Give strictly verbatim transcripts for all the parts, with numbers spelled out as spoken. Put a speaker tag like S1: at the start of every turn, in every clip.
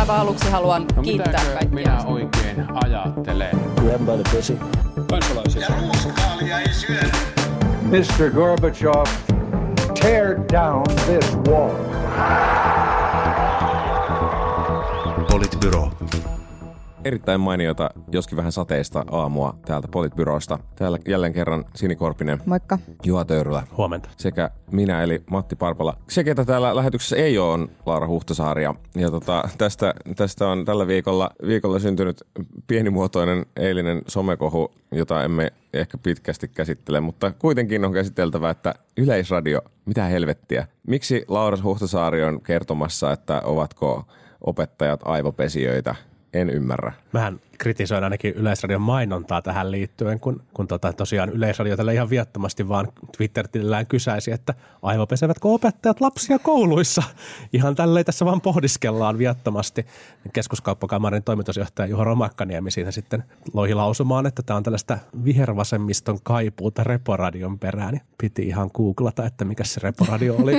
S1: aivan aluksi haluan
S2: no,
S1: kiittää kaikkia.
S2: minä oikein ajattelen?
S3: Grab by the pussy.
S2: Kansalaisia.
S4: Ja ruuskaalia ei syödä.
S5: mister Gorbachev, tear down this wall.
S6: Politbyro.
S7: Erittäin mainiota, joskin vähän sateista aamua täältä Politbyrosta. Täällä jälleen kerran Sini Korpinen.
S8: Moikka.
S7: Juha Töyrylä.
S9: Huomenta.
S7: Sekä minä eli Matti Parpala. Se, ketä täällä lähetyksessä ei ole, on Laura Huhtasaari. Ja tota, tästä, tästä on tällä viikolla, viikolla syntynyt pienimuotoinen eilinen somekohu, jota emme ehkä pitkästi käsittele, mutta kuitenkin on käsiteltävä, että Yleisradio, mitä helvettiä. Miksi Laura Huhtasaari on kertomassa, että ovatko opettajat aivopesijöitä? En ymmärrä.
S9: Mähän kritisoin ainakin Yleisradion mainontaa tähän liittyen, kun, kun tota, tosiaan Yleisradio tällä ihan viattomasti vaan Twitter-tilillään kysäisi, että aivopesevätkö opettajat lapsia kouluissa? Ihan tälleen tässä vaan pohdiskellaan viattomasti. Keskuskauppakamarin toimitusjohtaja Juha Romakkaniemi siinä sitten loihi lausumaan, että tämä on tällaista vihervasemmiston kaipuuta Reporadion perään. Piti ihan googlata, että mikä se Reporadio oli.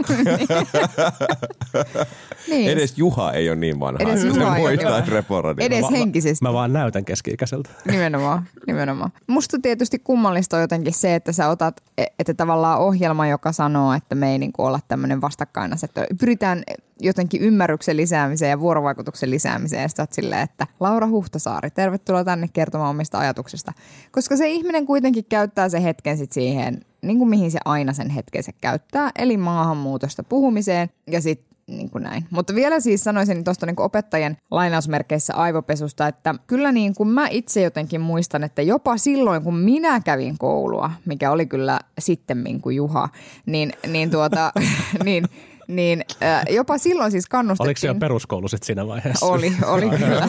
S8: Niin.
S7: Edes Juha ei ole niin vanha.
S8: Edes Juha
S7: se
S8: ei
S7: muistaa,
S8: ole.
S7: että Reporadio.
S8: Edes
S9: mä,
S8: henkisesti.
S9: Mä, mä vaan näytän keski-ikäiseltä.
S8: Nimenomaan, nimenomaan. Musta tietysti kummallista on jotenkin se, että sä otat, että tavallaan ohjelma, joka sanoo, että me ei niin kuin olla tämmöinen vastakkainasettelu. Pyritään jotenkin ymmärryksen lisäämiseen ja vuorovaikutuksen lisäämiseen ja sitten silleen, että Laura Huhtasaari, tervetuloa tänne kertomaan omista ajatuksista. Koska se ihminen kuitenkin käyttää sen hetken sit siihen, niin kuin mihin se aina sen hetkensä käyttää, eli maahanmuutosta puhumiseen ja sitten niin kuin näin. Mutta vielä siis sanoisin tuosta niin kuin opettajien lainausmerkeissä aivopesusta, että kyllä niin kuin mä itse jotenkin muistan, että jopa silloin kun minä kävin koulua, mikä oli kyllä sittemmin kuin Juha, niin, niin tuota, niin Niin äh, jopa silloin siis kannustettiin.
S9: Oliko se jo peruskoulu sitten siinä vaiheessa?
S8: Oli, oli kyllä.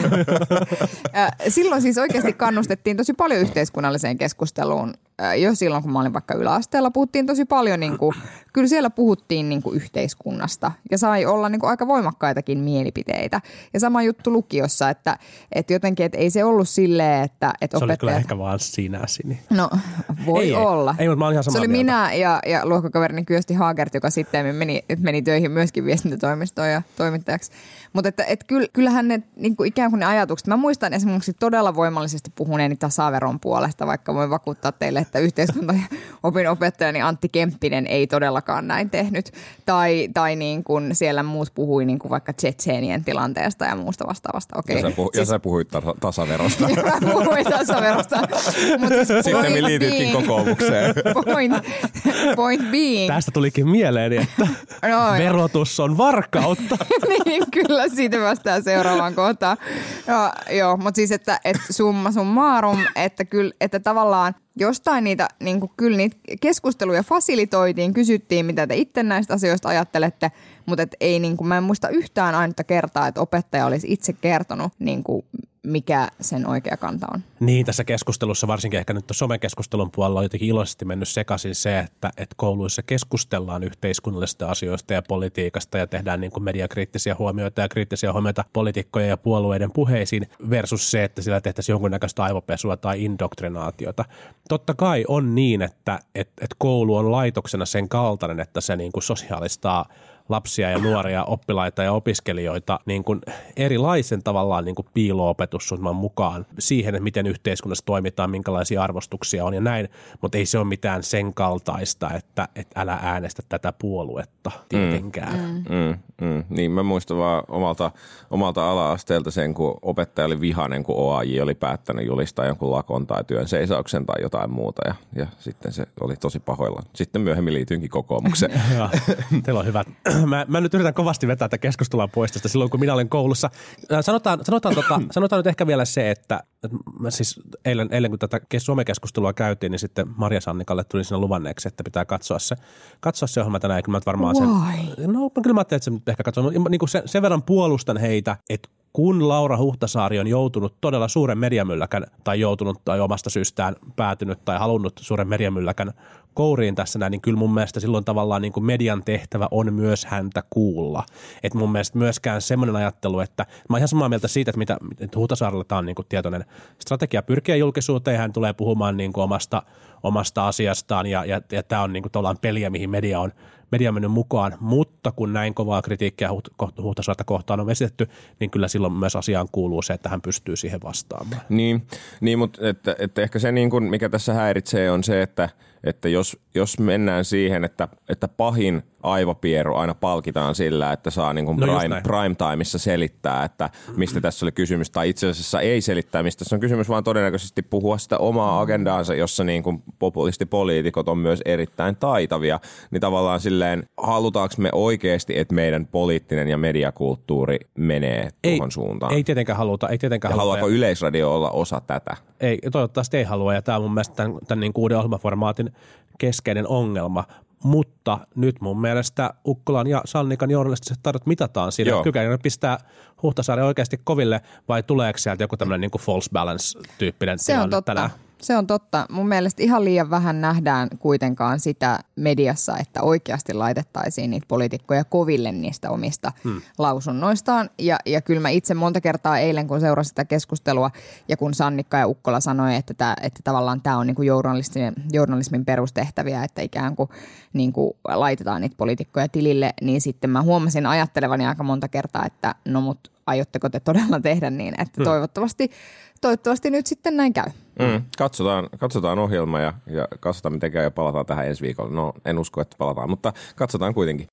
S8: äh, silloin siis oikeasti kannustettiin tosi paljon yhteiskunnalliseen keskusteluun. Äh, jo silloin, kun mä olin vaikka yläasteella, puhuttiin tosi paljon, niin kuin, kyllä siellä puhuttiin niin kuin yhteiskunnasta. Ja sai olla niin kuin aika voimakkaitakin mielipiteitä. Ja sama juttu lukiossa, että, että jotenkin, että ei se ollut silleen, että, että
S9: se
S8: opettajat...
S9: oli kyllä ehkä vaan sinä, Sini.
S8: No, voi
S9: ei,
S8: olla.
S9: Ei, ei, mutta mä olin ihan samaa
S8: Se oli
S9: mieltä.
S8: minä ja, ja luokkakaverini Kyösti Haagert, joka sitten meni, meni töihin myöskin viestintätoimistoon ja toimittajaksi. Mutta että, et kyllähän ne niin kuin ikään kuin ne ajatukset, mä muistan esimerkiksi todella voimallisesti puhuneeni tasaveron puolesta, vaikka voin vakuuttaa teille, että yhteiskunta- ja opinopettajani Antti Kemppinen ei todellakaan näin tehnyt. Tai, tai niin kuin siellä muut puhui niin kuin vaikka Tšetšeenien tilanteesta ja muusta vastaavasta. Okay.
S7: Ja sä, puh- siis... ja sä puhuit tasa- tasaverosta.
S8: Ja mä puhuin tasaverosta. Siis
S7: sitten me liityttiin kokoomukseen.
S8: Point, point being.
S9: Tästä tulikin mieleeni, että
S8: no,
S9: verotus on varkautta.
S8: Niin, kyllä siitä päästään seuraavaan kohtaan. No, joo, mutta siis, että, että summa summarum, että, kyllä, että tavallaan jostain niitä, niin kuin, kyllä niitä keskusteluja fasilitoitiin, kysyttiin, mitä te itse näistä asioista ajattelette, mutta et ei, niin kuin, mä en muista yhtään ainutta kertaa, että opettaja olisi itse kertonut, niin kuin, mikä sen oikea kanta on.
S9: Niin, tässä keskustelussa, varsinkin ehkä nyt somekeskustelun puolella, on jotenkin iloisesti mennyt sekaisin se, että, että kouluissa keskustellaan yhteiskunnallisista asioista ja politiikasta ja tehdään niin kuin mediakriittisiä huomioita ja kriittisiä huomioita poliitikkojen ja puolueiden puheisiin versus se, että sillä tehtäisiin jonkunnäköistä aivopesua tai indoktrinaatiota. Totta kai on niin, että, että, että koulu on laitoksena sen kaltainen, että se niin kuin sosiaalistaa lapsia ja nuoria, oppilaita ja opiskelijoita niin kuin erilaisen tavallaan niin kuin piilo-opetussuunnitelman mukaan siihen, että miten yhteiskunnassa toimitaan, minkälaisia arvostuksia on ja näin, mutta ei se ole mitään sen kaltaista, että, että älä äänestä tätä puoluetta tietenkään.
S7: Mm. Mm, mm. Niin mä muistan vaan omalta, omalta ala-asteelta sen, kun opettaja oli vihainen, kun O A J oli päättänyt julistaa jonkun lakon tai työn seisauksen tai jotain muuta ja, ja sitten se oli tosi pahoilla. Sitten myöhemmin liityinkin kokoomukseen.
S9: Teillä on hyvät. Mä, mä nyt yritän kovasti vetää tätä keskustelua pois tästä silloin, kun minä olen koulussa. Sanotaan, sanotaan, tota, sanotaan nyt ehkä vielä se, että, että mä siis eilen, eilen kun tätä somekeskustelua käytiin, niin sitten Marja Sannikalle tuli siinä luvanneeksi, että pitää katsoa se, katsoa se ohjelma tänään. Kyllä mä varmaan sen, no kyllä mä ajattelin, että se nyt ehkä katsoa. Niin kuin sen, sen verran puolustan heitä, että kun Laura Huhtasaari on joutunut todella suuren mediamylläkän tai joutunut tai omasta syystään päätynyt tai halunnut suuren mediamylläkän kouriin tässä näin, niin kyllä mun mielestä silloin tavallaan niin kuin median tehtävä on myös häntä kuulla. Että mun mielestä myöskään semmoinen ajattelu, että mä oon ihan samaa mieltä siitä, että mitä että Huhtasaarella tämä on niin kuin tietoinen strategia pyrkiä julkisuuteen, hän tulee puhumaan niin kuin omasta, omasta asiastaan ja, ja, ja tämä on niin kuin tavallaan peliä, mihin media on, media mennyt mukaan, mutta kun näin kovaa kritiikkiä Huhtasaarta kohtaan on esitetty, niin kyllä silloin myös asiaan kuuluu se, että hän pystyy siihen vastaamaan.
S7: Niin, niin mutta että, että ehkä se, niin kuin, mikä tässä häiritsee, on se, että, että jos, jos mennään siihen, että, että pahin aivopieru aina palkitaan sillä, että saa niin kuin
S9: no
S7: prime, prime timeissa selittää, että mistä tässä oli kysymys, tai itse asiassa ei selittää, mistä tässä on kysymys, vaan todennäköisesti puhua sitä omaa agendaansa, jossa niin kuin populistipoliitikot on myös erittäin taitavia, niin tavallaan silleen, halutaanko me oikeasti, että meidän poliittinen ja mediakulttuuri menee tuohon suuntaan?
S9: Ei tietenkään haluta. Ei tietenkään
S7: ja
S9: haluta.
S7: Haluaako Yleisradio olla osa tätä?
S9: Ei, toivottavasti ei halua, ja tämä on mun mielestä tämän, tämän niin kuin uuden ohjelmaformaatin keskeinen ongelma. Mutta nyt mun mielestä Ukkolan ja Sannikan journalistiset taidot mitataan sillä, kykenevät pistää Huhtasaaren oikeasti koville, vai tuleeko sieltä joku tämmöinen niin kuin false balance-tyyppinen
S8: Se
S9: tilanne
S8: on totta.
S9: tänään?
S8: Se on totta. Mun mielestä ihan liian vähän nähdään kuitenkaan sitä mediassa, että oikeasti laitettaisiin niitä poliitikkoja koville niistä omista hmm. lausunnoistaan. Ja, ja kyllä mä itse monta kertaa eilen, kun seurasin sitä keskustelua ja kun Sannikka ja Ukkola sanoi, että, tää, että tavallaan tämä on niinku journalismin, journalismin perustehtäviä, että ikään kuin, niinku laitetaan niitä poliitikkoja tilille, niin sitten mä huomasin ajattelevani aika monta kertaa, että no mut aiotteko te todella tehdä niin, että hmm. toivottavasti, toivottavasti nyt sitten näin käy.
S7: Mm, katsotaan, katsotaan ohjelma ja, ja katsotaan miten käy ja palataan tähän ensi viikolla. No en usko, että palataan, mutta katsotaan kuitenkin.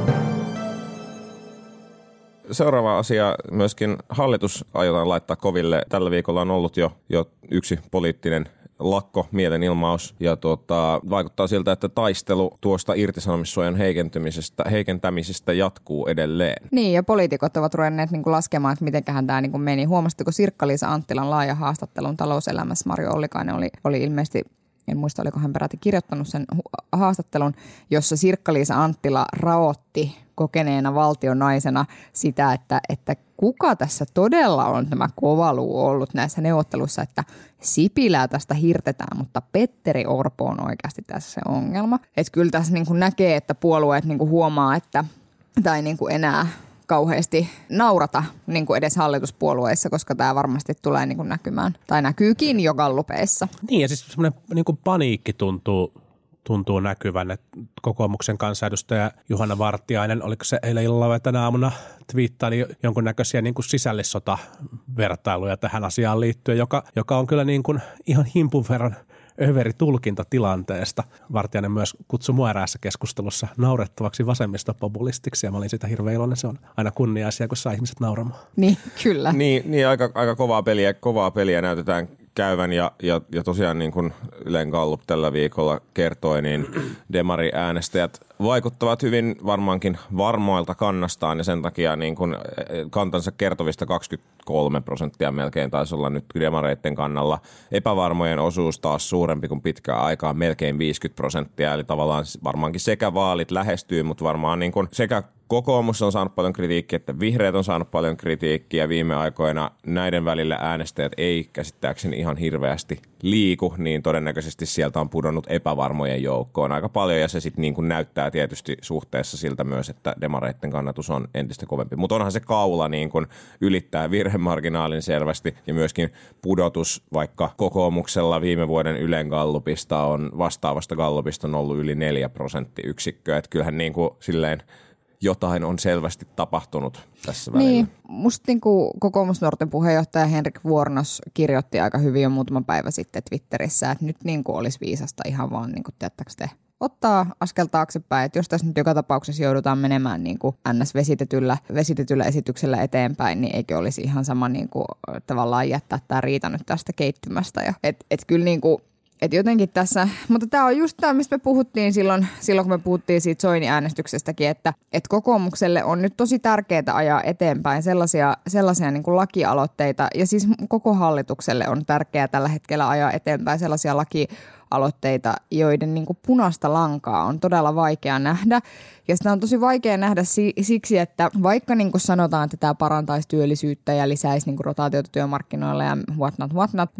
S7: Seuraava asia, myöskin hallitus aiotaan laittaa koville. Tällä viikolla on ollut jo, jo yksi poliittinen lakko, mielenilmaus ja tuota, vaikuttaa siltä, että taistelu tuosta irtisanomissuojan heikentymisestä, heikentämisestä jatkuu edelleen.
S8: Niin ja poliitikot ovat ruvenneet niin kuin laskemaan, että mitenköhän tämä niin kuin meni. Huomasitteko Sirkka-Liisa Anttilan laaja haastattelun Talouselämässä? Marjo Ollikainen oli, oli ilmeisesti, en muista oliko hän peräti kirjoittanut sen haastattelun, jossa Sirkka-Liisa Anttila raotti kokeneena valtionaisena sitä, että, että kuka tässä todella on tämä kova luu ollut näissä neuvotteluissa, että Sipilää tästä hirtetään, mutta Petteri Orpo on oikeasti tässä se ongelma. Että kyllä tässä niin kuin näkee, että puolueet niin kuin huomaa, että tai niin kuin enää kauheasti naurata niin kuin edes hallituspuolueissa, koska tämä varmasti tulee niin kuin näkymään tai näkyykin jo gallupeissa.
S9: Niin ja siis semmoinen niin kuin paniikki tuntuu, tuntuu näkyvän, että kokoomuksen kansanedustaja Juhana Vartiainen, oliko se eilen illalla vai tänä aamuna, twiittaili jonkunnäköisiä niin kuin sisällissotavertailuja tähän asiaan liittyen, joka, joka on kyllä niin kuin ihan himpun verran överi tulkinta tilanteesta. Vartiainen myös kutsui mua eräässä keskustelussa naurettavaksi vasemmistopopulistiksi ja mä olin sitä hirveän iloinen. Se on aina kunnia-asia, kun saa ihmiset nauramaan.
S8: Niin, kyllä.
S7: Niin, niin aika, aika kovaa peliä, kovaa peliä näytetään käyvän ja, ja, ja tosiaan niin kuin Ylen Gallup tällä viikolla kertoi, niin demariäänestäjät vaikuttavat hyvin varmaankin varmoilta kannastaan ja sen takia niin kuin kantansa kertovista kaksikymmentäkolme prosenttia melkein taisi olla nyt demareitten kannalla. Epävarmojen osuus taas suurempi kuin pitkään aikaa, melkein viisikymmentä prosenttia, eli tavallaan varmaankin sekä vaalit lähestyy, mutta varmaan niin kuin sekä kokoomus on saanut paljon kritiikkiä, että vihreät on saanut paljon kritiikkiä viime aikoina. Näiden välillä äänestäjät ei käsittääkseni ihan hirveästi liiku, niin todennäköisesti sieltä on pudonnut epävarmojen joukkoon aika paljon ja se sitten niin kuin näyttää tietysti suhteessa siltä myös, että demareitten kannatus on entistä kovempi. Mutta onhan se kaula niin kuin ylittää virhemarginaalin selvästi ja myöskin pudotus vaikka kokoomuksella viime vuoden Ylen Gallupista on vastaavasta Gallupista on ollut yli neljä prosenttiyksikköä. Että kyllähän niin kuin silleen jotain on selvästi tapahtunut tässä välillä.
S8: Niin, musta niin kuin kokoomusnuorten puheenjohtaja Henrik Vuornos kirjoitti aika hyvin jo muutama päivä sitten Twitterissä, että nyt niin kuin olisi viisasta ihan vaan, niin kuin teettekö te, ottaa askel taaksepäin, että jos tässä nyt joka tapauksessa joudutaan menemään niin kuin ns-vesitetyllä vesitetyllä esityksellä eteenpäin, niin eikö olisi ihan sama niin kuin, tavallaan jättää tämä riita nyt tästä keittymästä. Että et kyllä niin kuin että jotenkin tässä, mutta tämä on just tämä, mistä me puhuttiin silloin, silloin kun me puhuttiin siitä Soini-äänestyksestäkin, että, että kokoomukselle on nyt tosi tärkeää ajaa eteenpäin sellaisia, sellaisia niin kuin lakialoitteita, ja siis koko hallitukselle on tärkeää tällä hetkellä ajaa eteenpäin sellaisia lakialoitteita, joiden niin kuin punaista lankaa on todella vaikea nähdä. Ja sitä on tosi vaikea nähdä siksi, että vaikka niin kuin sanotaan, että tämä parantaisi työllisyyttä ja lisäisi niin kuin rotaatiota työmarkkinoilla ja whatnot, whatnot, niin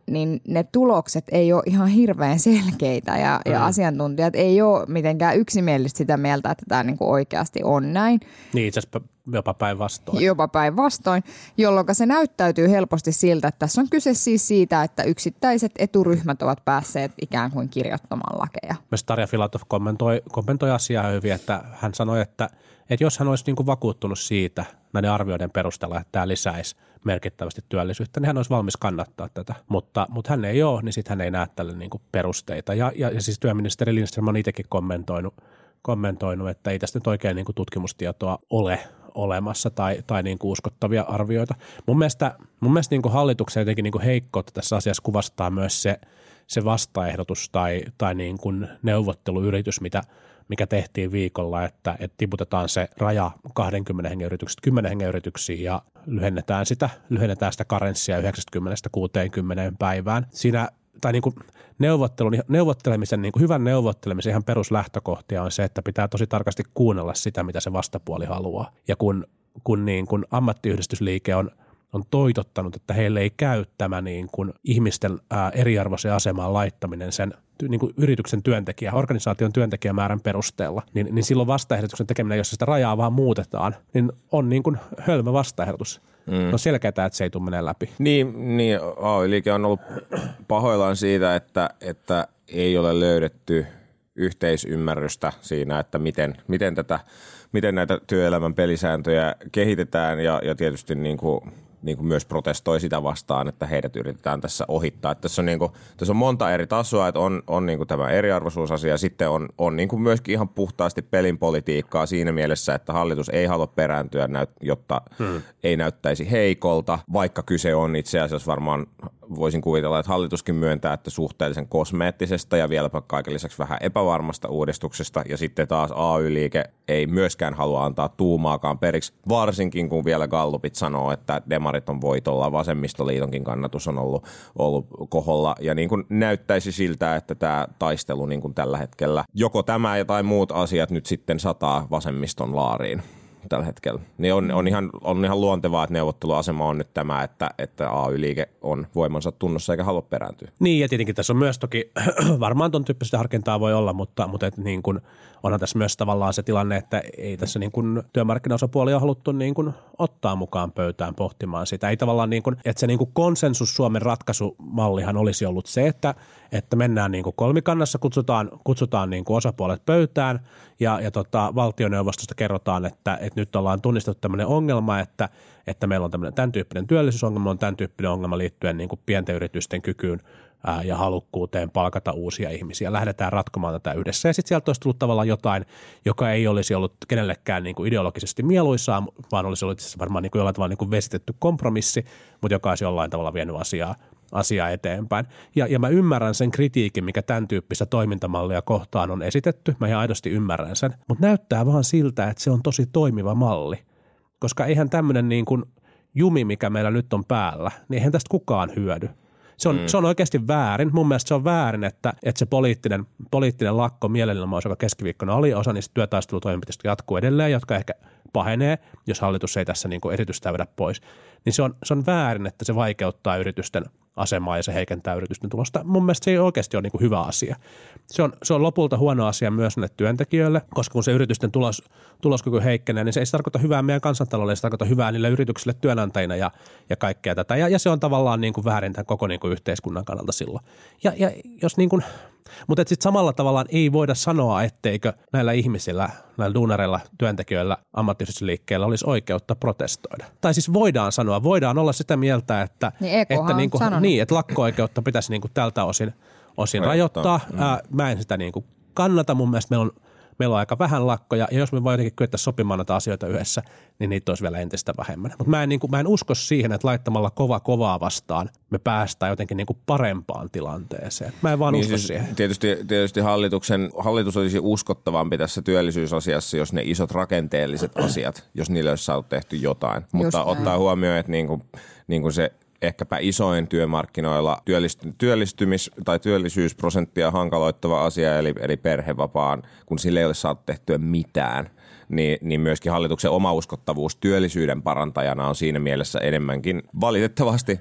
S8: niin ne tulokset ei ole ihan hirveän selkeitä ja, mm. ja asiantuntijat ei ole mitenkään yksimielisesti sitä mieltä, että tämä niin kuin oikeasti on näin.
S9: Niin itse asiassa jopa päinvastoin.
S8: Jopa päinvastoin, jolloin se näyttäytyy helposti siltä, että tässä on kyse siis siitä, että yksittäiset eturyhmät ovat päässeet ikään kuin kirjoittamaan lakeja.
S9: Myös Tarja Filatov kommentoi, kommentoi asiaa hyvin, että hän sanoi, että, että jos hän olisi niin kuin vakuuttunut siitä näiden arvioiden perusteella, että tämä lisäisi merkittävästi työllisyyttä, niin hän olisi valmis kannattaa tätä. Mutta, mutta hän ei ole, niin sitten hän ei näe tälle niin kuin perusteita. Ja, ja, ja siis työministeri Lindström on itsekin kommentoinut, kommentoinut, että ei tästä nyt oikein niin kuin tutkimustietoa ole olemassa tai, tai niin kuin uskottavia arvioita. Mun mielestä, mun mielestä niin kuin hallituksen jotenkin niin kuin heikkoutta tässä asiassa kuvastaa myös se, se vastaehdotus tai, tai niin kuin neuvotteluyritys, mitä, mikä tehtiin viikolla, että, että tiputetaan se raja kaksikymmentä hengen yritykset kymmenen hengen yrityksiin ja lyhennetään sitä, lyhennetään sitä karenssia yhdeksänkymmentä kuuteenkymmeneen päivään. Siinä tai niin kuin neuvottelun, neuvottelemisen, niin kuin hyvän neuvottelemisen ihan peruslähtökohtia on se, että pitää tosi tarkasti kuunnella sitä, mitä se vastapuoli haluaa. Ja kun, kun, niin kuin ammattiyhdistysliike on, on toitottanut, että heille ei käy tämä niin kuin ihmisten ää, eriarvoiseen asemaan laittaminen sen niin kuin yrityksen työntekijä, organisaation työntekijämäärän perusteella, niin, niin silloin vastaehdotuksen tekeminen, jos sitä rajaa vaan muutetaan, niin on niin kuin hölmö vastaehdotus. Mm. On selkeää, että se ei tule menee läpi.
S7: Niin, niin A Y-liike on ollut pahoillaan siitä, että, että ei ole löydetty yhteisymmärrystä siinä, että miten, miten, tätä, miten näitä työelämän pelisääntöjä kehitetään ja, ja tietysti niin kuin, niin kuin myös protestoi sitä vastaan, että heidät yritetään tässä ohittaa. Että tässä, on niin kuin, tässä on monta eri tasoa, että on, on niin kuin tämä eriarvoisuusasia ja sitten on, on niin kuin myöskin ihan puhtaasti pelin politiikkaa siinä mielessä, että hallitus ei halua perääntyä, jotta hmm. ei näyttäisi heikolta, vaikka kyse on itse asiassa varmaan voisin kuvitella, että hallituskin myöntää, että suhteellisen kosmeettisesta ja vieläpä kaiken lisäksi vähän epävarmasta uudistuksesta. Ja sitten taas A Y-liike ei myöskään halua antaa tuumaakaan periksi, varsinkin kun vielä gallupit sanoo, että demarit on voitolla, vasemmistoliitonkin kannatus on ollut, ollut koholla. Ja niin kuin näyttäisi siltä, että tämä taistelu niin kuin tällä hetkellä, joko tämä tai muut asiat nyt sitten sataa vasemmiston laariin tällä hetkellä. Niin on, on, ihan, on ihan luontevaa, että neuvotteluasema on nyt tämä, että, että A Y-liike on voimansa tunnossa eikä halua perääntyä.
S9: Niin ja tietenkin tässä on myös toki, varmaan ton tyyppistä harkintaa voi olla, mutta, mutta et niin kun, onhan tässä myös tavallaan se tilanne, että ei tässä niin kun työmarkkinaosapuolia haluttu niin kun ottaa mukaan pöytään pohtimaan sitä. Ei tavallaan niin kun, että se niin kun konsensus Suomen ratkaisumallihan olisi ollut se, että, että mennään niin kun kolmikannassa, kutsutaan, kutsutaan niin kun osapuolet pöytään ja, ja tota, valtioneuvostosta kerrotaan, että, että nyt ollaan tunnistettu tämmöinen ongelma, että, että meillä on tämmöinen tämän tyyppinen työllisyysongelma, on tämän tyyppinen ongelma liittyen niin kuin pienten yritysten kykyyn ää, ja halukkuuteen palkata uusia ihmisiä. Lähdetään ratkomaan tätä yhdessä ja sitten sieltä olisi tullut tavallaan jotain, joka ei olisi ollut kenellekään niin kuin ideologisesti mieluisaa, vaan olisi ollut varmaan niin kuin jollain tavalla niin kuin vesitetty kompromissi, mutta joka olisi jollain tavalla vienyt asiaa. asiaa eteenpäin. Ja, ja mä ymmärrän sen kritiikin, mikä tämän tyyppistä toimintamallia kohtaan on esitetty. Mä ihan aidosti ymmärrän sen. Mutta näyttää vaan siltä, että se on tosi toimiva malli. Koska eihän tämmöinen niin kuin jumi, mikä meillä nyt on päällä, niin eihän tästä kukaan hyödy. Se on, mm. se on oikeasti väärin. Mun mielestä se on väärin, että, että se poliittinen, poliittinen lakko mielenilmaus, joka keskiviikkona oli, osa niistä työtaistelutoimenpiteistä jatkuu edelleen, jotka ehkä pahenee, jos hallitus ei tässä niin kuin esitystä vedä pois. Niin se on, se on väärin, että se vaikeuttaa yritysten asemaa ja se heikentää yritysten tulosta. Mun mielestä se ei oikeasti ole niin kuin hyvä asia. Se on, se on lopulta huono asia myös näille työntekijöille, koska kun se yritysten tulos, tuloskyky heikkenee, niin se ei se tarkoita hyvää meidän kansantaloudelle, se tarkoita hyvää niille yrityksille työnantajina ja, ja kaikkea tätä. Ja, ja se on tavallaan niin kuin väärin tämän koko niin kuin yhteiskunnan kannalta silloin. Ja, ja jos niin kuin, mutta sitten samalla tavallaan ei voida sanoa, etteikö näillä ihmisillä, näillä duunareilla, työntekijöillä, ammattiyhdistysliikkeellä olisi oikeutta protestoida. Tai siis voidaan sanoa, voidaan olla sitä mieltä, että,
S8: niin
S9: että, niin kuin, niin, että lakko-oikeutta pitäisi niin kuin tältä osin, osin rajoittaa. Mm. Ää, mä en sitä niin kuin kannata. Mun mielestä meillä on, meillä on aika vähän lakkoja, ja jos me voi jotenkin kyetä sopimaan näitä asioita yhdessä, niin niitä olisi vielä entistä vähemmän. Mutta mä, niin mä en usko siihen, että laittamalla kova kovaa vastaan me päästään jotenkin niin kuin parempaan tilanteeseen. Mä en vaan niin usko siis siihen.
S7: Tietysti, tietysti hallituksen, hallitus olisi uskottavampi tässä työllisyysasiassa, jos ne isot rakenteelliset asiat, jos niille olisi saatu tehty jotain. Just Mutta näin. Ottaa huomioon, että niin kuin, niin kuin se ehkäpä isoin työmarkkinoilla työllistymis- tai työllisyysprosenttia hankaloittava asia, eli, eli perhevapaan, kun sille ei ole saatu tehtyä mitään, niin, niin myöskin hallituksen oma uskottavuus työllisyyden parantajana on siinä mielessä enemmänkin valitettavasti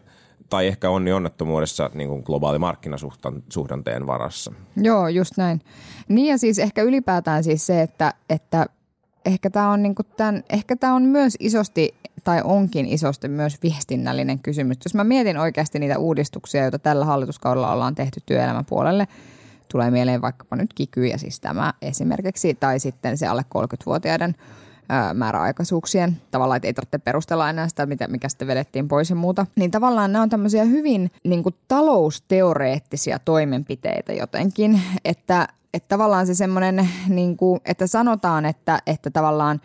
S7: tai ehkä onni onnettomuudessa niin kuin globaali markkinasuhdanteen varassa.
S8: Joo, just näin. Niin ja siis ehkä ylipäätään siis se, että, että ehkä tämä on, niinku tämän, ehkä tämä on myös isosti tai onkin isosti myös viestinnällinen kysymys. Jos mä mietin oikeasti niitä uudistuksia, joita tällä hallituskaudella ollaan tehty työelämäpuolelle, tulee mieleen vaikkapa nyt kiky ja siis tämä esimerkiksi, tai sitten se alle kolmekymmentävuotiaiden ää, määräaikaisuuksien, tavallaan, että ei tarvitse perustella enää sitä, mikä sitten vedettiin pois ja muuta. Niin tavallaan nämä on tämmöisiä hyvin niin kuin talousteoreettisia toimenpiteitä jotenkin, että, että tavallaan se semmoinen, niin kuin, että sanotaan, että, että tavallaan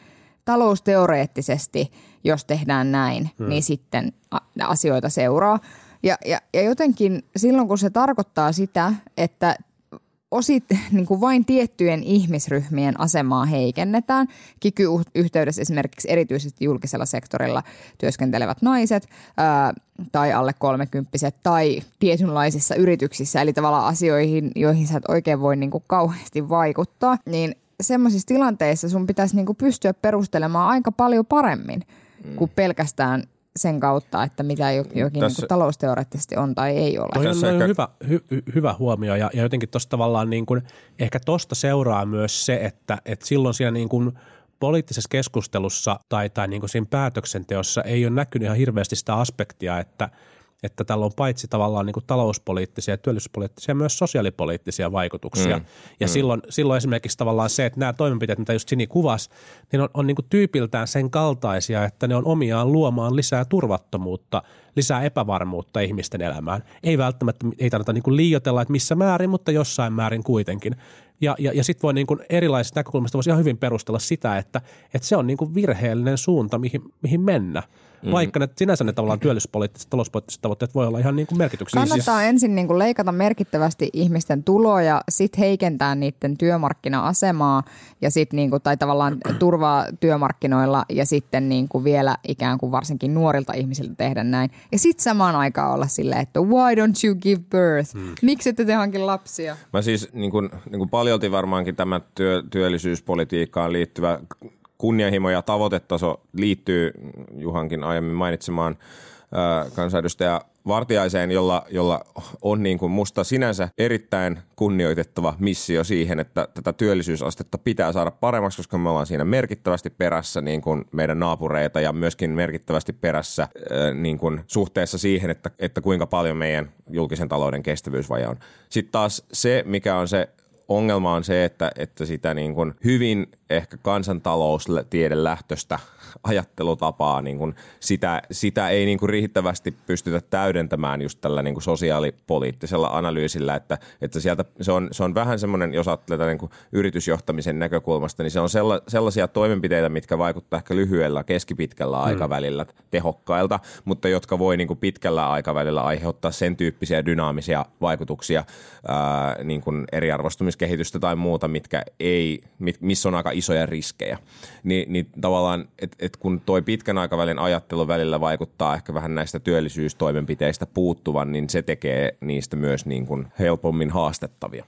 S8: talousteoreettisesti, jos tehdään näin, hmm. niin sitten asioita seuraa. Ja, ja, ja jotenkin silloin, kun se tarkoittaa sitä, että osit, niin kuin vain tiettyjen ihmisryhmien asemaa heikennetään. Kiky-yhteydessä esimerkiksi erityisesti julkisella sektorilla työskentelevät naiset ää, tai alle kolmekymppiset tai tietynlaisissa yrityksissä, eli tavallaan asioihin, joihin sä et oikein voi niin kuin kauheasti vaikuttaa, niin semmoisissa tilanteissa sun pitäisi niin kuin pystyä perustelemaan aika paljon paremmin mm. kuin pelkästään sen kautta, että mitä jokin Tässä, niin kuin talousteoreettisesti on tai ei ole.
S9: Toi on, on hyvä, hy, hyvä huomio ja, ja jotenkin tuosta tavallaan niin kuin, ehkä tuosta seuraa myös se, että, että silloin siinä niin kuin poliittisessa keskustelussa tai, tai niin kuin siinä päätöksenteossa ei ole näkynyt ihan hirveästi sitä aspektia, että että tällä on paitsi tavallaan niin kuin talouspoliittisia, työllisyyspoliittisia ja myös sosiaalipoliittisia vaikutuksia. Mm. Ja mm. Silloin, silloin esimerkiksi tavallaan se, että nämä toimenpiteet, mitä just Sini kuvasi, niin on, on niin kuin tyypiltään sen kaltaisia, että ne on omiaan luomaan lisää turvattomuutta, lisää epävarmuutta ihmisten elämään. Ei välttämättä, ei tarvita niin kuin liioitella, että missä määrin, mutta jossain määrin kuitenkin. Ja, ja, ja sitten voi niin kuin erilaisista näkökulmista voisi ihan hyvin perustella sitä, että, että se on niin kuin virheellinen suunta, mihin, mihin mennä. Mm-hmm. Vaikka ne, sinänsä ne tavallaan työllisyyspoliittiset, talouspoliittiset tavoitteet voi olla ihan niin kuin merkityksellisiä.
S8: Kannattaa ensin niin kuin leikata merkittävästi ihmisten tuloja, sitten heikentää niiden työmarkkina-asemaa ja sit niin kuin, tai tavallaan turvaa työmarkkinoilla ja sitten niin kuin vielä ikään kuin varsinkin nuorilta ihmisiltä tehdä näin. Ja sitten samaan aikaan olla silleen, että why don't you give birth? Mm. Miksi ette te hankin lapsia?
S7: Mä siis niin kuin, niin kuin paljolti varmaankin tämä työ, työllisyyspolitiikkaan liittyvä kunnianhimo ja tavoitetaso liittyy Juhankin aiemmin mainitsemaan ää, kansanedustaja Vartiaiseen, jolla, jolla on niin kuin musta sinänsä erittäin kunnioitettava missio siihen, että tätä työllisyysastetta pitää saada paremmaksi, koska me ollaan siinä merkittävästi perässä niin kuin meidän naapureita ja myöskin merkittävästi perässä ää, niin kuin suhteessa siihen, että, että kuinka paljon meidän julkisen talouden kestävyysvaje on. Sitten taas se, mikä on se ongelma on se, että, että sitä niin kuin hyvin ehkä kansantaloustiedelähtöistä ajattelutapaa, niin kuin sitä, sitä ei niin kuin riittävästi pystytä täydentämään just tällä niin kuin sosiaalipoliittisella analyysillä, että, että sieltä se on, se on vähän semmoinen, jos ajattelee niin kuin yritysjohtamisen näkökulmasta, niin se on sella, sellaisia toimenpiteitä, mitkä vaikuttaa ehkä lyhyellä, keskipitkällä hmm. aikavälillä tehokkailta, mutta jotka voi niin kuin pitkällä aikavälillä aiheuttaa sen tyyppisiä dynaamisia vaikutuksia, ää, niin kuin eriarvoistumiskehitystä tai muuta, mitkä ei, missä on aika isoja riskejä. Ni, niin tavallaan, että et kun toi pitkän aikavälin ajattelu välillä vaikuttaa ehkä vähän näistä työllisyystoimenpiteistä puuttuvan, niin se tekee niistä myös niin kuin helpommin haastettavia.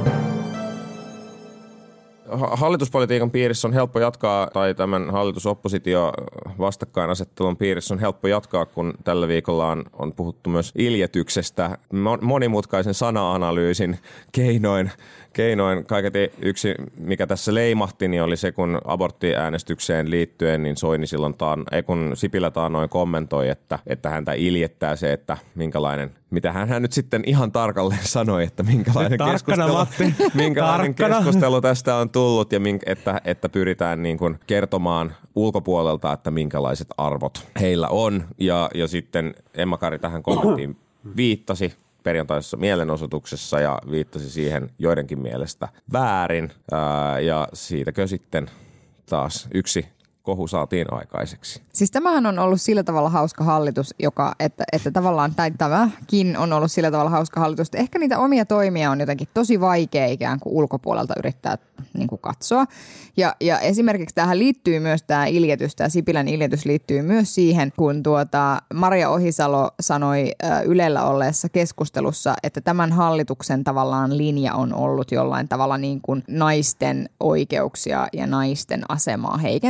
S7: Hallituspolitiikan piirissä on helppo jatkaa, tai tämän hallitusoppositio vastakkainasettelun piirissä on helppo jatkaa, kun tällä viikolla on, on puhuttu myös iljetyksestä monimutkaisen sana-analyysin keinoin. Keinoin kaiketi yksi, mikä tässä leimahti, niin oli se, kun aborttiäänestykseen liittyen, niin Soini silloin taan, ei kun Sipilä taannoin kommentoi, että, että häntä iljettää se, että minkälainen, mitä hän, hän nyt sitten ihan tarkalleen sanoi, että minkälainen, keskustelu, minkälainen keskustelu tästä on tullut ja minkä, että, että pyritään niin kuin kertomaan ulkopuolelta, että minkälaiset arvot heillä on. Ja, ja sitten Emma-Kari tähän kommenttiin viittasi perjantaisessa mielenosoituksessa ja viittasi siihen joidenkin mielestä väärin. Ää, ja siitäkö sitten taas yksi kohu saatiin aikaiseksi.
S8: Siis tämähän on ollut sillä tavalla hauska hallitus, joka, että, että tavallaan, tai tämäkin on ollut sillä tavalla hauska hallitus, että ehkä niitä omia toimia on jotenkin tosi vaikea ikään kuin ulkopuolelta yrittää niin kuin katsoa. Ja, ja esimerkiksi tähän liittyy myös tämä iljetys, tämä Sipilän iljetys liittyy myös siihen, kun tuota Maria Ohisalo sanoi Ylellä olleessa keskustelussa, että tämän hallituksen tavallaan linja on ollut jollain tavalla niin kuin naisten oikeuksia ja naisten asemaa heikentävä linja.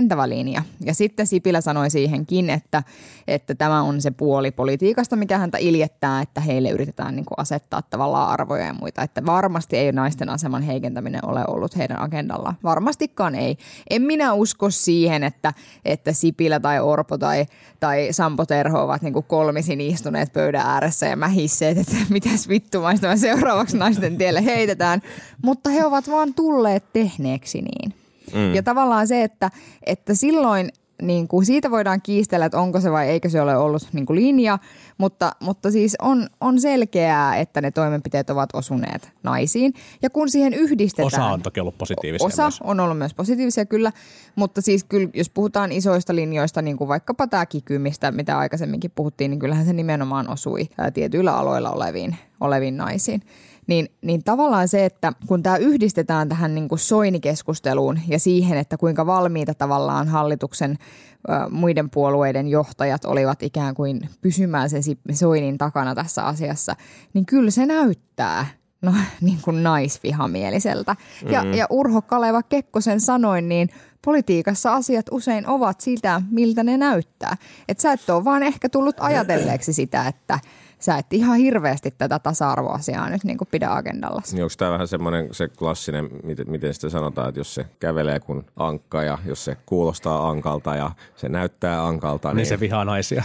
S8: linja. Ja sitten Sipilä sanoi siihenkin, että, että tämä on se puoli politiikasta, mikä häntä iljettää, että heille yritetään niin kuin asettaa tavallaan arvoja ja muita. Että varmasti ei naisten aseman heikentäminen ole ollut heidän agendalla. Varmastikaan ei. En minä usko siihen, että, että Sipilä tai Orpo tai, tai Sampo Terho ovat niin kuin kolmisin istuneet pöydän ääressä ja mähisseet, että mitäs vittumaista me seuraavaksi naisten tielle heitetään. Mutta he ovat vaan tulleet tehneeksi niin. Mm. Ja tavallaan se, että, että silloin niin kuin siitä voidaan kiistellä, että onko se vai eikö se ole ollut niin kuin linja, mutta, mutta siis on, on selkeää, että ne toimenpiteet ovat osuneet naisiin. Ja kun siihen yhdistetään...
S9: Osa on toki ollut positiivisia
S8: Osa
S9: myös.
S8: on ollut myös positiivisia kyllä, mutta siis kyllä jos puhutaan isoista linjoista, niin kuin vaikkapa tämä kiky, mistä mitä aikaisemminkin puhuttiin, niin kyllähän se nimenomaan osui ää, tietyillä aloilla oleviin, oleviin naisiin. Niin, niin tavallaan se, että kun tämä yhdistetään tähän niin kuin Soini-keskusteluun ja siihen, että kuinka valmiita tavallaan hallituksen ö, muiden puolueiden johtajat olivat ikään kuin pysymään sen Soinin takana tässä asiassa, niin kyllä se näyttää no, niin kuin naisvihamieliseltä. Mm-hmm. Ja, ja Urho Kaleva Kekkosen sanoin, niin politiikassa asiat usein ovat sitä, miltä ne näyttää. Että sä et ole vaan ehkä tullut ajatelleeksi sitä, että sä et ihan hirveästi tätä tasa-arvoasiaa nyt niin kuin pidä agendalla.
S7: Niin onko tämä vähän semmoinen se klassinen, miten, miten sitä sanotaan, että jos se kävelee kuin ankka ja jos se kuulostaa ankalta ja se näyttää ankalta. Niin,
S9: niin se vihaa naisia.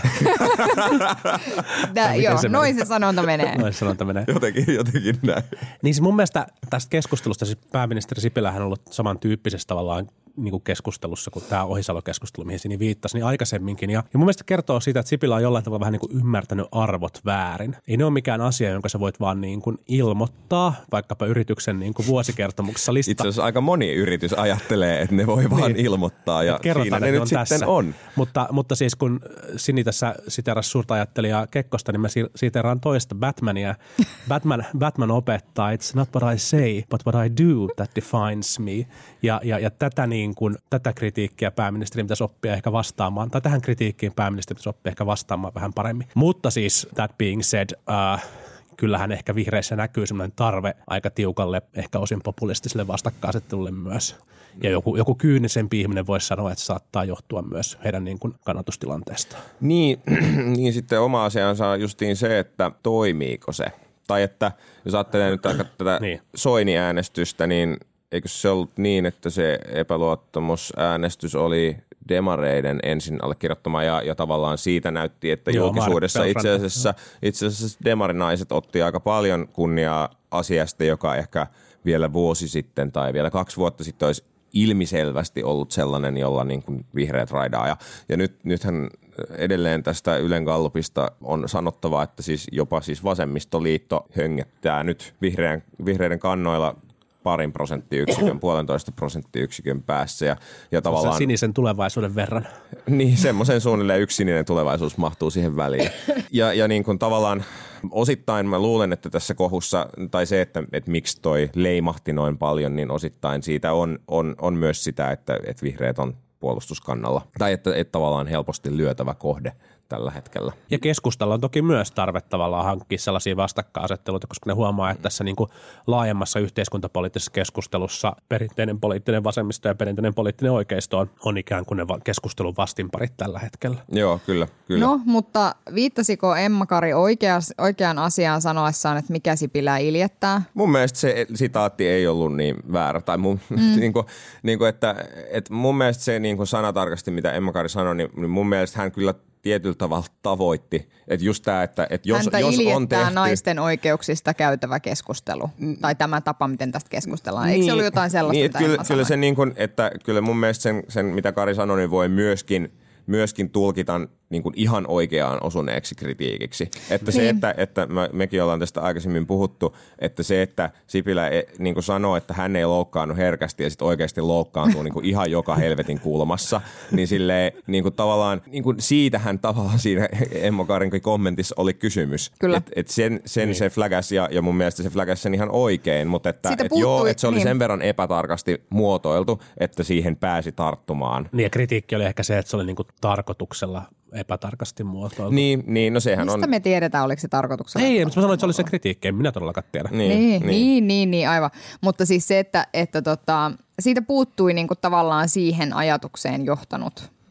S8: Tää, joo, se noin se sanonta menee.
S9: Noin se sanonta menee.
S7: Jotenkin, jotenkin näin.
S9: Niin mun mielestä tästä keskustelusta siis pääministeri Sipilähän on ollut samantyyppisessä tavallaan niin kuin keskustelussa kuin tämä Ohisalo-keskustelu, mihin Sini viittasi, niin aikaisemminkin. Ja, ja mun mielestä kertoo siitä, että Sipilä on jollain tavalla vähän niin kuin ymmärtänyt arvot väärin. Ei ne ole mikään asia, jonka sä voit vaan niin kuin ilmoittaa, vaikkapa yrityksen niin kuin vuosikertomuksessa listata.
S7: Itse asiassa aika moni yritys ajattelee, että ne voi vaan niin ilmoittaa ja
S9: kerrotaan,
S7: siinä ne nyt
S9: on
S7: sitten
S9: tässä.
S7: on.
S9: Mutta, mutta siis kun Sini tässä siterasi suurta ajattelijaa Kekkosta, niin mä siteraan toista Batmania. Batman, Batman opettaa, it's not what I say, but what I do that defines me. Ja, ja, ja tätä, niin kuin, tätä kritiikkiä pääministeri pitäisi oppia ehkä vastaamaan, tai tähän kritiikkiin pääministeri pitäisi oppia ehkä vastaamaan vähän paremmin. Mutta siis that being said, uh, kyllähän ehkä vihreissä näkyy semmoinen tarve aika tiukalle, ehkä osin populistiselle vastakkainasettelulle myös. Ja joku, joku kyynisempi ihminen voisi sanoa, että se saattaa johtua myös heidän niin kuin kannatustilanteestaan.
S7: Niin, niin sitten oma asiansa on justiin se, että toimiiko se. Tai että jos ajattelee nyt aika tätä niin. Soini-äänestystä, niin eikö se ollut niin, että se epäluottamusäänestys oli demareiden ensin allekirjoittama ja, ja tavallaan siitä näytti, että Joo, julkisuudessa itse asiassa, itse asiassa demarinaiset otti aika paljon kunniaa asiasta, joka ehkä vielä vuosi sitten tai vielä kaksi vuotta sitten olisi ilmiselvästi ollut sellainen, jolla niin kuin vihreät raidaa. Ja, ja nyt, nythän edelleen tästä Ylen Gallupista on sanottava, että siis jopa siis vasemmistoliitto höngättää nyt vihreän, vihreiden kannoilla parin prosenttiyksikön, puolentoista prosenttiyksikön päässä. Ja, ja tavallaan,
S9: sinisen tulevaisuuden verran.
S7: Niin, semmoisen suunnilleen yksi sininen tulevaisuus mahtuu siihen väliin. Ja, ja niin kuin tavallaan osittain mä luulen, että tässä kohussa, tai se, että, että miksi toi leimahti noin paljon, niin osittain siitä on, on, on myös sitä, että, että vihreät on puolustuskannalla. Tai että, että tavallaan helposti lyötävä kohde tällä hetkellä.
S9: Ja keskustalla on toki myös tarve tavallaan hankkia sellaisia vastakkainasetteluita, koska ne huomaa, että tässä niin kuin laajemmassa yhteiskuntapoliittisessa keskustelussa perinteinen poliittinen vasemmisto ja perinteinen poliittinen oikeisto on, on ikään kuin ne keskustelun vastinparit tällä hetkellä.
S7: Joo, kyllä. kyllä.
S8: No, mutta viittasiko Emma Kari oikeas, oikeaan asiaan sanoessaan, että mikä Sipilää iljettää?
S7: Mun mielestä se sitaatti ei ollut niin väärä. Tai mun, mm. niin kuin, niin kuin, että, että mun mielestä se niin kuin sanatarkasti, mitä Emma Kari sanoi, niin mun mielestä hän kyllä tietyllä tavalla tavoitti, että just tämä, että, että jos,
S8: häntä
S7: jos
S8: iljettää
S7: on tehty
S8: naisten oikeuksista käytävä keskustelu, tai tämä tapa, miten tästä keskustellaan. Eikö niin, se ollut jotain sellaista,
S7: niin,
S8: mitä
S7: kyllä,
S8: Emma
S7: kyllä
S8: sanoi?
S7: se niin kuin, että kyllä mun mielestä sen, sen mitä Kari sanoi, niin voi myöskin, myöskin tulkita niin kuin ihan oikeaan osuneeksi kritiikiksi. Että niin. se, että, että me, mekin ollaan tästä aikaisemmin puhuttu, että se, että Sipilä niin kuin sanoo, että hän ei loukkaannut herkästi ja sitten oikeasti loukkaantuu niin kuin ihan joka helvetin kulmassa, niin silleen niin kuin tavallaan, niin kuin siitähän tavallaan siinä Emma Karinkin kommentissa oli kysymys. Kyllä. Että et sen, sen niin. se fläkäsi ja, ja mun mielestä se fläkäsi sen ihan oikein, mutta että et joo, että se oli niin. sen verran epätarkasti muotoiltu, että siihen pääsi tarttumaan.
S9: Niin ja kritiikki oli ehkä se, että se oli niin kuin tarkoituksella epätarkasti muotoiltu.
S7: Niin, niin no sehän
S8: Mistä
S7: on.
S8: Mistä me tiedetään, oliko se tarkoituksella?
S9: Ei, mutta mä sanoin, että se oli se kritiikki, en minä todellakaan tiedä.
S8: Niin, niin, niin, niin, niin aivan. Mutta siis se, että, että tota, siitä puuttui niinku tavallaan siihen ajatukseen johtanut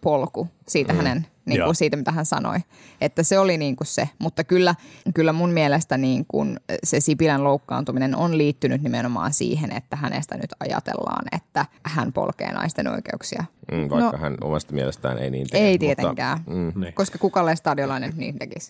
S8: polku siitä mm. hänen, niin kuin siitä mitä hän sanoi. Että se oli niin kuin se, mutta kyllä, kyllä mun mielestä niin kuin se Sipilän loukkaantuminen on liittynyt nimenomaan siihen, että hänestä nyt ajatellaan, että hän polkee naisten oikeuksia.
S7: Mm, vaikka no, hän omasta mielestään ei niin tee.
S8: Ei tietenkään,
S7: mutta, mm.
S8: koska kukalle stadiolainen niin tekisi.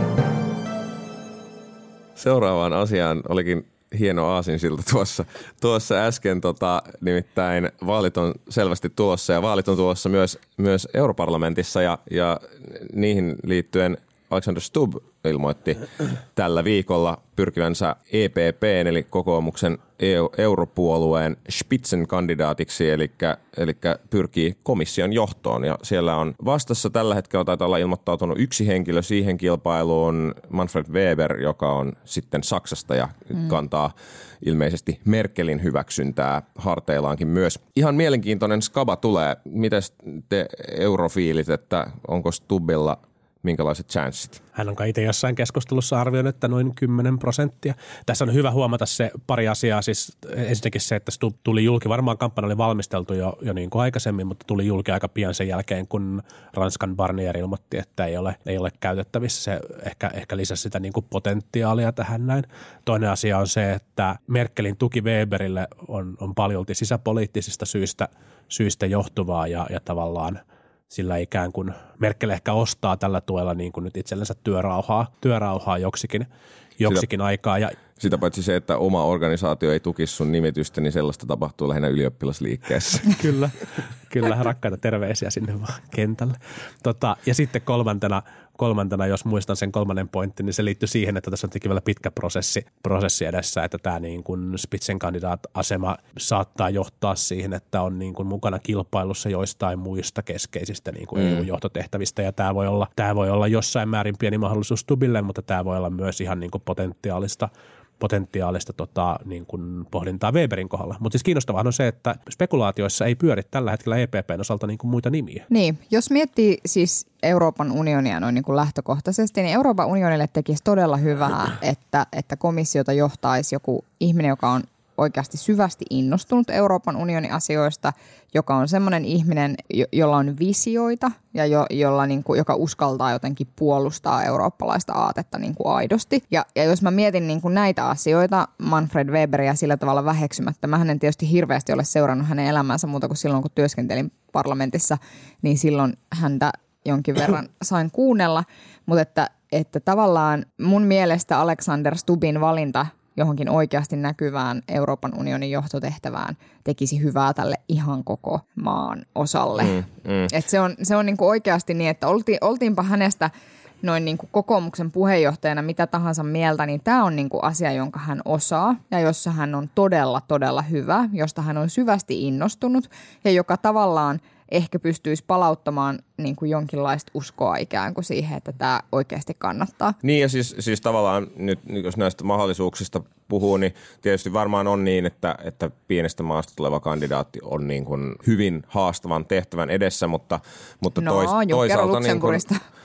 S7: Seuraavaan asiaan olikin hieno aasinsilta tuossa, tuossa äsken, tota, nimittäin vaalit on selvästi tulossa ja vaalit on tulossa myös, myös europarlamentissa ja, ja niihin liittyen Alexander Stubb ilmoitti tällä viikolla pyrkivänsä E P P:n eli kokoomuksen europuolueen Spitzenkandidaatiksi, eli, eli pyrkii komission johtoon. Ja siellä on vastassa tällä hetkellä taitaa olla ilmoittautunut yksi henkilö siihen kilpailuun, Manfred Weber, joka on sitten Saksasta ja mm. kantaa ilmeisesti Merkelin hyväksyntää harteillaankin myös. Ihan mielenkiintoinen skaba tulee. Mites te eurofiilit, että onko Stubbilla minkälaiset chanssit?
S9: Hän on kai itse jossain keskustelussa arvioinut, että noin kymmenen prosenttia. Tässä on hyvä huomata se pari asiaa. Siis ensinnäkin se, että Stubb tuli julki. Varmaan kampanja oli valmisteltu jo, jo niin kuin aikaisemmin, mutta tuli julki aika pian sen jälkeen, kun Ranskan Barnier ilmoitti, että ei ole, ei ole käytettävissä. Se ehkä, ehkä lisäsi sitä niin kuin potentiaalia tähän näin. Toinen asia on se, että Merkelin tuki Weberille on, on paljolti sisäpoliittisista syistä, syistä johtuvaa ja, ja tavallaan sillä ikään kuin Merkel ehkä ostaa tällä tuella niin kuin nyt itsellensä työrauhaa, työrauhaa joksikin, joksikin sitä, aikaa. Ja
S7: sitä paitsi se, että oma organisaatio ei tukisi sun nimitystä, niin sellaista tapahtuu lähinnä ylioppilasliikkeessä.
S9: Kyllä, kyllä rakkaita terveisiä sinne vaan kentälle. Tota, ja sitten kolmantena, kolmantena, jos muistan sen kolmannen pointin, niin se liittyy siihen, että tässä on tietenkin vielä pitkä prosessi, prosessi edessä, että tämä niin kuin Spitzenkandidaat-asema saattaa johtaa siihen, että on niin kuin mukana kilpailussa joistain muista keskeisistä niin kuin mm. E U-johtotehtävistä, ja tämä voi olla, tämä voi olla jossain määrin pieni mahdollisuus Stubbille, mutta tämä voi olla myös ihan niin kuin potentiaalista potentiaalista tota, niin kuin pohdintaa Weberin kohdalla. Mutta siis kiinnostavaa on se, että spekulaatioissa ei pyöri tällä hetkellä E P P:n osalta niin kuin muita nimiä.
S8: Niin, jos miettii siis Euroopan unionia noin niin kuin lähtökohtaisesti, niin Euroopan unionille tekisi todella hyvää, että, että komissiota johtaisi joku ihminen, joka on oikeasti syvästi innostunut Euroopan unionin asioista, joka on semmoinen ihminen, jo, jolla on visioita ja jo, jolla niin kuin, joka uskaltaa jotenkin puolustaa eurooppalaista aatetta niin kuin aidosti. Ja, ja jos mä mietin niin kuin näitä asioita, Manfred Weberia sillä tavalla väheksymättä, mä en tietysti hirveästi ole seurannut hänen elämäänsä muuta kuin silloin, kun työskentelin parlamentissa, niin silloin häntä jonkin verran sain kuunnella. Mutta että, että tavallaan mun mielestä Alexander Stubbin valinta johonkin oikeasti näkyvään Euroopan unionin johtotehtävään tekisi hyvää tälle ihan koko maan osalle. Mm, mm. Et se on, se on niinku oikeasti niin, että olti, oltiinpa hänestä noin niinku kokoomuksen puheenjohtajana mitä tahansa mieltä, niin tämä on niinku asia, jonka hän osaa ja jossa hän on todella, todella hyvä, josta hän on syvästi innostunut ja joka tavallaan ehkä pystyisi palauttamaan niin kuin jonkinlaista uskoa ikään kuin siihen, että tämä oikeasti kannattaa.
S7: Niin ja siis, siis tavallaan nyt jos näistä mahdollisuuksista puhuu, niin tietysti varmaan on niin, että, että pienestä maasta tuleva kandidaatti on niin kuin hyvin haastavan tehtävän edessä, mutta, mutta
S8: no,
S7: tois, toisaalta niin kuin,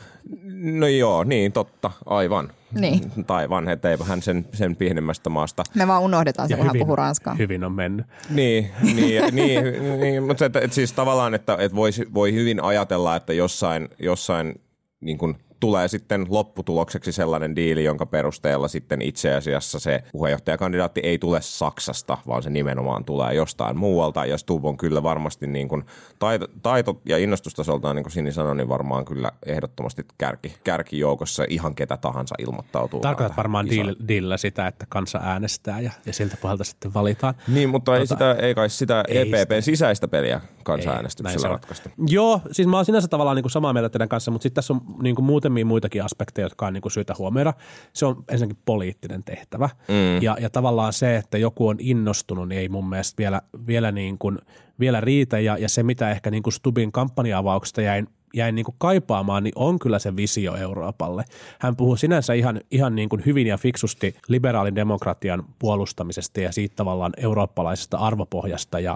S7: no joo, niin totta, aivan.
S8: Niin.
S7: Taivan, että eipä hän sen, sen pienemmästä maasta.
S8: Me vaan unohdetaan se, kun hän puhuu ranskaa.
S9: Hyvin on mennyt.
S7: Niin, niin, niin, niin mutta että, että siis tavallaan, että, että voi, voi hyvin ajatella, että jossain, jossain niin kuin tulee sitten lopputulokseksi sellainen diili, jonka perusteella sitten itse asiassa se puheenjohtajakandidaatti ei tule Saksasta, vaan se nimenomaan tulee jostain muualta. Ja Stubb on kyllä varmasti niin kuin taito, taito ja innostustasoltaan, niin kuin Sini sanoi, niin varmaan kyllä ehdottomasti kärki, kärkijoukossa ihan ketä tahansa ilmoittautuu.
S9: Tarkoitat varmaan diilillä sitä, että kansa äänestää ja, ja siltä pohjalta sitten valitaan.
S7: Niin, mutta tuota, ei, sitä, ei kai sitä ei E P P:n sisäistä peliä kansanäänestyksellä ratkaista.
S9: Joo, siis mä oon sinänsä tavallaan niin kuin samaa mieltä teidän kanssa, mutta sitten tässä on niin kuin muuten muitakin aspekteja, jotka on niin kuin syytä huomioida. Se on ensinnäkin poliittinen tehtävä. Mm. Ja, ja tavallaan se, että joku on innostunut, niin ei mun mielestä vielä, vielä, niin kuin, vielä riitä. Ja, ja se, mitä ehkä niin kuin Stubbin kampanja-avauksesta jäin, jäin niin kuin kaipaamaan, niin on kyllä se visio Euroopalle. Hän puhuu sinänsä ihan, ihan niin kuin hyvin ja fiksusti liberaalin demokratian puolustamisesta ja siitä tavallaan eurooppalaisesta arvopohjasta ja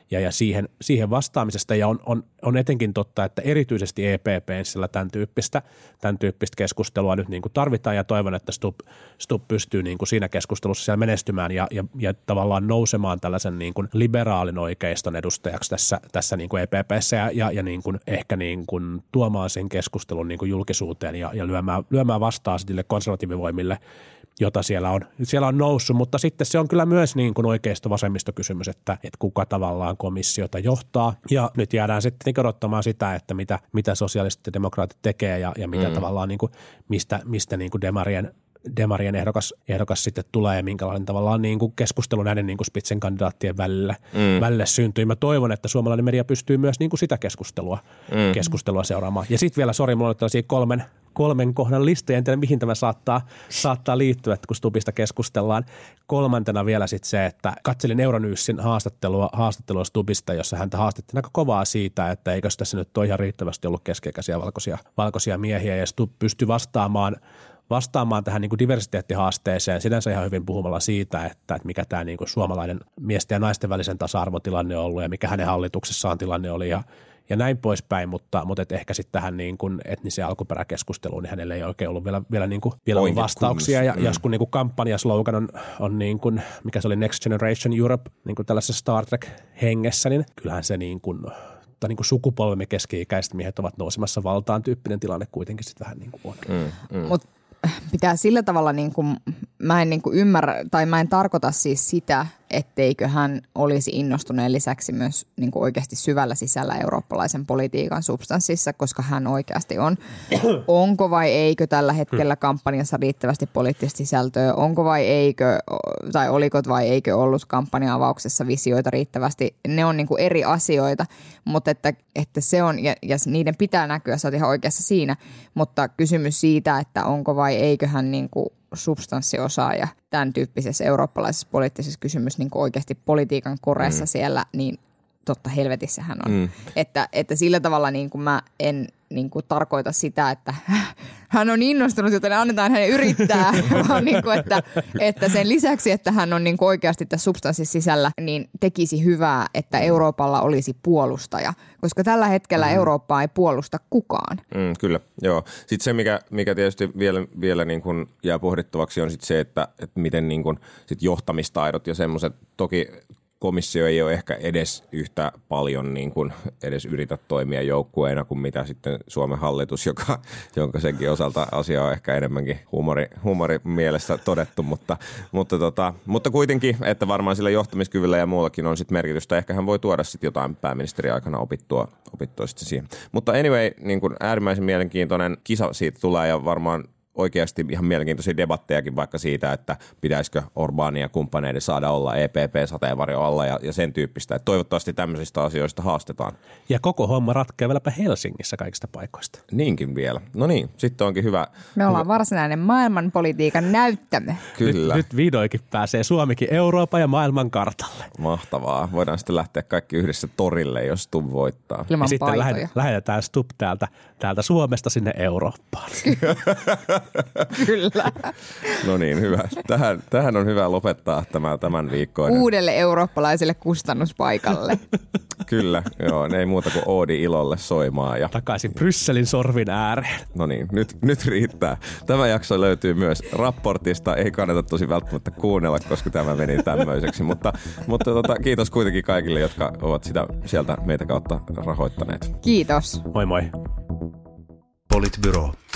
S9: ja, ja siihen, siihen vastaamisesta. Ja on, on, on etenkin totta, että erityisesti E P P:llä tämän tyyppistä, tämän tyyppistä keskustelua nyt niin kuin tarvitaan ja toivon, että Stubb, Stubb pystyy niin kuin siinä keskustelussa siellä menestymään ja, ja, ja tavallaan nousemaan tällaisen niin kuin liberaalin oikeiston edustajaksi tässä, tässä niin kuin E P P:ssä ja, ja, ja niin kuin ehkä niin kuin tuomaan sen keskustelun niin kuin julkisuuteen ja, ja lyömään, lyömään vastaan sille konservatiivivoimille, jota siellä on, siellä on noussut, mutta sitten se on kyllä myös niin kuin oikeisto-vasemmistokysymys, että, että kuka tavallaan komissiota johtaa. Ja nyt jäädään sitten odottamaan sitä, että mitä, mitä sosialistit ja demokraatit tekee ja, ja mitä mm. tavallaan niin kuin, mistä, mistä niin kuin demarien Demarien ehdokas, ehdokas sitten tulee ja minkälainen tavallaan niin kuin keskustelu näiden niin kuin Spitzenkandidaattien välillä, mm. välillä syntyy. Mä toivon, että suomalainen media pystyy myös niin kuin sitä keskustelua, mm. keskustelua seuraamaan. Ja sitten vielä, sori, mulla on tällaisia kolmen, kolmen kohdan listoja. En tiedä, mihin tämä saattaa, saattaa liittyä, että kun Stubbista keskustellaan. Kolmantena vielä sitten se, että katselin Euronyysin haastattelua, haastattelua Stubbista, jossa häntä haastettiin aika kovaa siitä, että eikö tässä nyt ole ihan riittävästi ollut keski-ikäisiä valkoisia, valkoisia miehiä. Ja Stubb pystyi vastaamaan vastaamaan tähän niin kuin diversiteettihaasteeseen sinänsä ihan hyvin puhumalla siitä, että, että mikä tämä niin kuin suomalainen miesten ja naisten välisen tasa-arvotilanne on ollut ja mikä hänen hallituksessaan tilanne oli ja, ja näin poispäin, mutta, mutta et ehkä sitten tähän niin kuin etniseen alkuperäkeskusteluun niin hänellä ei oikein ollut vielä, vielä, niin kuin, vielä ollut vastauksia ja, mm. ja kun niin kuin kampanjaslogan on, on niin kuin, mikä se oli Next Generation Europe, niin kuin tällaisessa Star Trek-hengessä, niin kyllähän se niin kuin tai niin kuin sukupolvemme keski-ikäiset miehet ovat nousemassa valtaan tyyppinen tilanne kuitenkin sitten vähän niin kuin on.
S8: Mm, mm. Mut pitää sillä tavalla, niin kuin, mä en niin kuin ymmärrä, tai mä en tarkoita siis sitä, etteikö hän olisi innostuneen lisäksi myös niin kuin oikeasti syvällä sisällä eurooppalaisen politiikan substanssissa, koska hän oikeasti on. Onko vai eikö tällä hetkellä kampanjassa riittävästi poliittista sisältöä? Onko vai eikö, tai oliko vai eikö ollut kampanja-avauksessa visioita riittävästi? Ne on niin kuin eri asioita, mutta että, että se on, ja, ja niiden pitää näkyä, sä oot ihan oikeassa siinä, mutta kysymys siitä, että onko vai eikö hän niin kuin substanssiosaaja tämän tyyppisessä eurooppalaisessa poliittisessa kysymys niin kuin oikeasti politiikan koreessa mm. siellä, niin totta helvetissä hän on. Mm. Että, että sillä tavalla niin kuin mä en niin kuin tarkoita sitä, että hän on innostunut, joten annetaan hänen yrittää, vaan niin kuin, että, että sen lisäksi, että hän on niin kuin oikeasti tässä substanssissa sisällä, niin tekisi hyvää, että Euroopalla olisi puolustaja, koska tällä hetkellä mm. Eurooppaa ei puolusta kukaan.
S7: Mm, kyllä, joo. Sitten se, mikä, mikä tietysti vielä, vielä niin kuin jää pohdittavaksi, on sitten se, että, että miten niin kuin sit johtamistaidot ja semmoiset, toki komissio ei ole ehkä edes yhtä paljon niin kuin edes yritä toimia joukkueena kuin mitä sitten Suomen hallitus, joka, jonka senkin osalta asia on ehkä enemmänkin huumori, huumori mielessä todettu, mutta, mutta, tota, mutta kuitenkin, että varmaan sillä johtamiskyvyllä ja muullakin on sitten merkitystä. Ehkä hän voi tuoda sitten jotain pääministerin aikana opittua, opittua sitten siihen. Mutta anyway, niin kuin äärimmäisen mielenkiintoinen kisa siitä tulee ja varmaan oikeasti ihan mielenkiintoisia debattejakin vaikka siitä, että pitäisikö Orbánin ja kumppaneiden saada olla E P P-sateenvarjo alla ja, ja sen tyyppistä. Että toivottavasti tämmöisistä asioista haastetaan.
S9: Ja koko homma ratkeaa vieläpä Helsingissä kaikista paikoista.
S7: Niinkin vielä. No niin, sitten onkin hyvä.
S8: Me ollaan varsinainen maailmanpolitiikan näyttämö.
S7: Kyllä.
S9: Nyt, nyt vihdoinkin pääsee Suomikin Euroopan ja maailman kartalle.
S7: Mahtavaa. Voidaan sitten lähteä kaikki yhdessä torille, jos Stubb voittaa.
S8: Ilman
S9: ja sitten
S8: paitoja.
S9: lähetetään Stubb täältä, täältä Suomesta sinne Eurooppaan.
S8: Kyllä.
S7: No niin, hyvä. Tähän, tähän on hyvä lopettaa tämä tämän viikkoinen.
S8: Uudelle eurooppalaiselle kustannuspaikalle.
S7: Kyllä, joo. Ne ei muuta kuin Oodi ilolle soimaan. Ja
S9: takaisin Brysselin sorvin ääreen.
S7: No niin, nyt, nyt riittää. Tämä jakso löytyy myös raportista. Ei kannata tosi välttämättä kuunnella, koska tämä meni tämmöiseksi. Mutta, mutta tota, kiitos kuitenkin kaikille, jotka ovat sitä sieltä meitä kautta rahoittaneet.
S8: Kiitos.
S9: Moi moi.
S1: Politbyro.